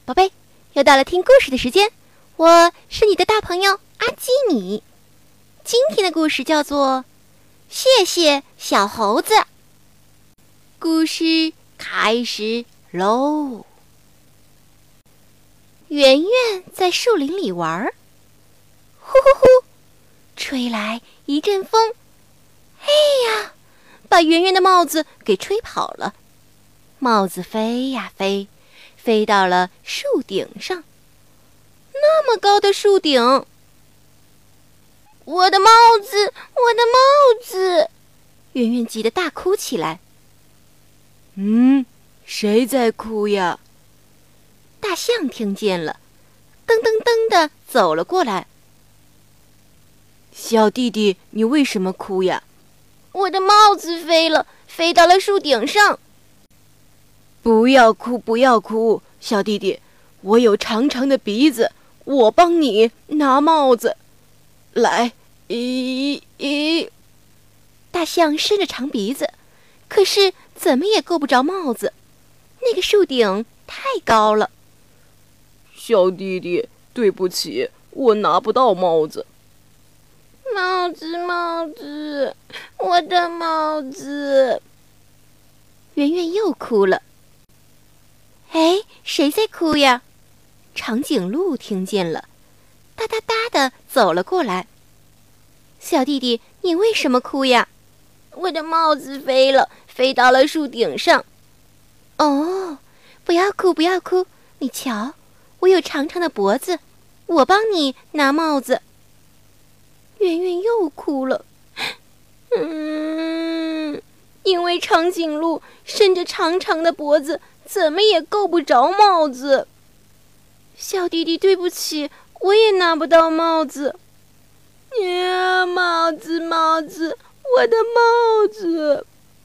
宝贝，又到了听故事的时间，我是你的大朋友阿基米。今天的故事叫做谢谢小猴子。故事开始喽。圆圆在树林里玩，呼呼呼，吹来一阵风，哎呀，把圆圆的帽子给吹跑了。帽子飞呀飞，飞到了树顶上。那么高的树顶，我的帽子，我的帽子！圆圆急得大哭起来。 谁在哭呀？ 大象听见了，噔噔噔地走了过来。 小弟弟，你为什么哭呀？ 我的帽子飞了，飞到了树顶上。 不要哭，不要哭，小弟弟，我有长长的鼻子，我帮你拿帽子。来， 大象伸着长鼻子，可是怎么也够不着帽子，那个树顶太高了。 小弟弟，对不起，我拿不到帽子。 帽子，帽子，我的帽子！圆圆又哭了。哎，谁在哭呀？长颈鹿听见了，哒哒哒地走了过来。小弟弟，你为什么哭呀？我的帽子飞了，飞到了树顶上。哦，不要哭，不要哭，你瞧，我有长长的脖子，我帮你拿帽子。圆圆又哭了。因为长颈鹿伸着长长的脖子，怎么也够不着帽子。小弟弟，对不起，我也拿不到帽子。呀，帽子，帽子，我的帽子！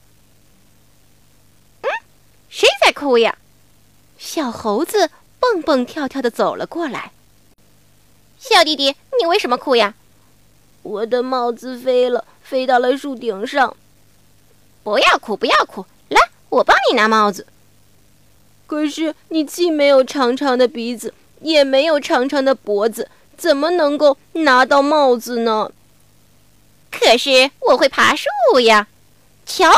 谁在哭呀？小猴子蹦蹦跳跳地走了过来。小弟弟，你为什么哭呀？我的帽子飞了，飞到了树顶上。不要哭，不要哭，来，我帮你拿帽子。可是你既没有长长的鼻子，也没有长长的脖子，怎么能够拿到帽子呢？可是我会爬树呀，瞧！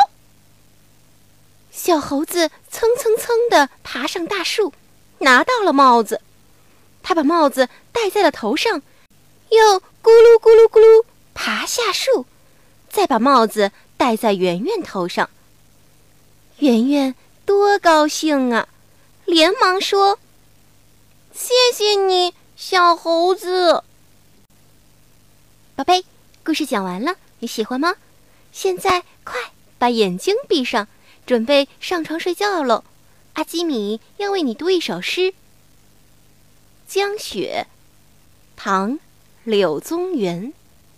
小猴子蹭蹭蹭地爬上大树，拿到了帽子。他把帽子戴在了头上，又咕噜咕噜咕噜爬下树，再把帽子戴在圆圆头上。圆圆多高兴啊，连忙说：谢谢你，小猴子。宝贝，故事讲完了，你喜欢吗？现在快把眼睛闭上，准备上床睡觉喽。阿基米要为你读一首诗。江雪，唐，柳宗元。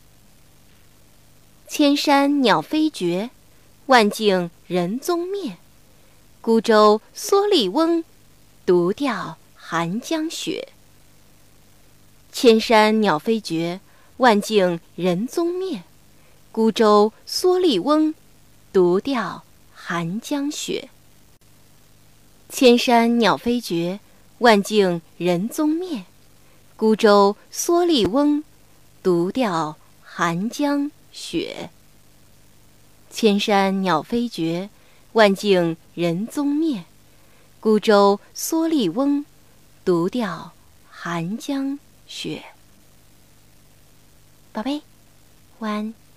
千山鸟飞绝，万径人踪灭。孤舟蓑笠翁，独钓寒江雪。千山鸟飞绝，万径人踪灭。孤舟蓑笠翁，独钓寒江雪。千山鸟飞绝，万径人踪灭。孤舟蓑笠翁，独钓寒江雪。千山鸟飞绝，万径人踪灭。孤舟蓑笠翁，独钓寒江雪。宝贝，晚安。